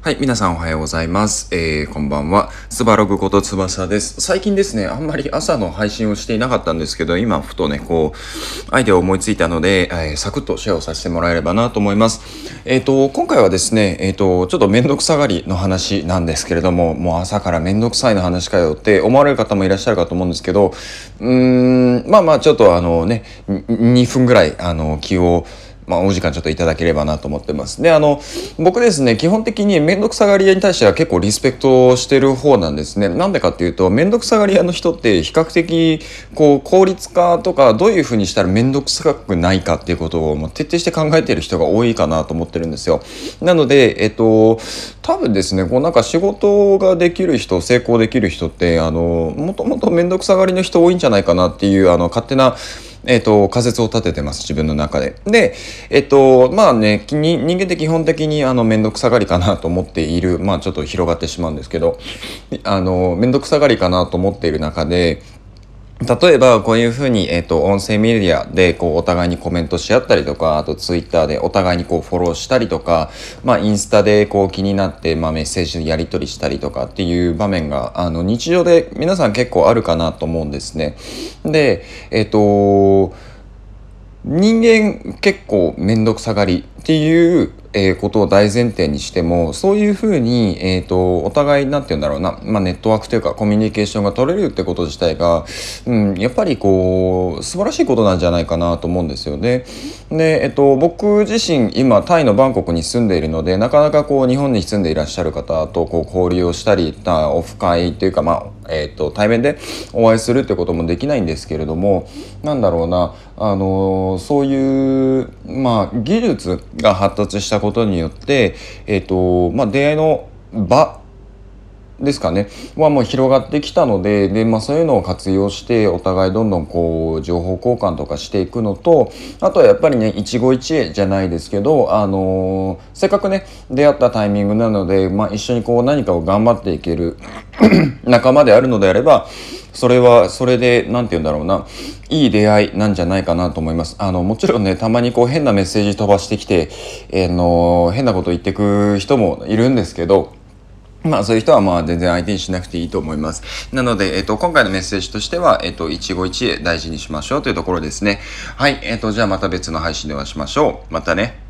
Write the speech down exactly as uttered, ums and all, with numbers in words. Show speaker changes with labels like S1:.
S1: はい、皆さんおはようございます。えー、こんばんは。スバログこと翼です。最近ですね、あんまり朝の配信をしていなかったんですけど、今ふとね、こう、アイデアを思いついたので、えー、サクッとシェアをさせてもらえればなと思います。えっと、今回はですね、えっと、ちょっとめんどくさがりの話なんですけれども、もう朝からめんどくさいの話かよって思われる方もいらっしゃるかと思うんですけど、うーん、まあまあちょっとあのね、にふんぐらい、あの、気を、まあ、お時間ちょっといただければなと思ってます。で、あの、僕ですね、基本的にめんどくさがり屋に対しては結構リスペクトしてる方なんですね。なんでかっていうと、めんどくさがり屋の人って比較的、こう、効率化とか、どういう風にしたらめんどくさくないかっていうことをもう徹底して考えている人が多いかなと思ってるんですよ。なので、えっと、多分ですね、こうなんか仕事ができる人、成功できる人って、あの、もともとめんどくさがりの人多いんじゃないかなっていう、あの、勝手な、えっと、仮説を立ててます、自分の中で。で、えっと、まあね、人間って基本的にあの、めんどくさがりかなと思っている、まあちょっと広がってしまうんですけど、あの、めんどくさがりかなと思っている中で、例えばこういうふうに、えっと、音声メディアでこうお互いにコメントし合ったりとか、あとツイッターでお互いにこうフォローしたりとか、まあインスタでこう気になって、まあメッセージのやり取りしたりとかっていう場面が、あの日常で皆さん結構あるかなと思うんですね。で、えっと、人間結構めんどくさがりっていう、えーことを大前提にしても、そういうふうに、えーと、お互いなんて言うんだろうな、まあ、ネットワークというかコミュニケーションが取れるってこと自体が、うん、やっぱりこう素晴らしいことなんじゃないかなと思うんですよね。で、えっと、僕自身今タイのバンコクに住んでいるので、なかなかこう日本に住んでいらっしゃる方とこう交流をしたり、オフ会っていうか、まあえっと、対面でお会いするってこともできないんですけれども、なんだろうな、あのそういう、まあ、技術が発達したことによって、えっとまあ、出会いの場ですかねはもう広がってきたので、で、まあ、そういうのを活用してお互いどんどんこう情報交換とかしていくのと、あとはやっぱりね、一期一会じゃないですけど、あのーせっかくね出会ったタイミングなので、まあ、一緒にこう何かを頑張っていける仲間であるのであれば、それはそれでなんて言うんだろうな、いい出会いなんじゃないかなと思います。あのもちろんね、たまにこう変なメッセージ飛ばしてきて、えー、の変なこと言ってく人もいるんですけど、まあそういう人はまあ全然相手にしなくていいと思います。なので、えっと、今回のメッセージとしては、えっと、一期一会大事にしましょうというところですね。はい。えっと、じゃあまた別の配信でお会いしましょう。またね。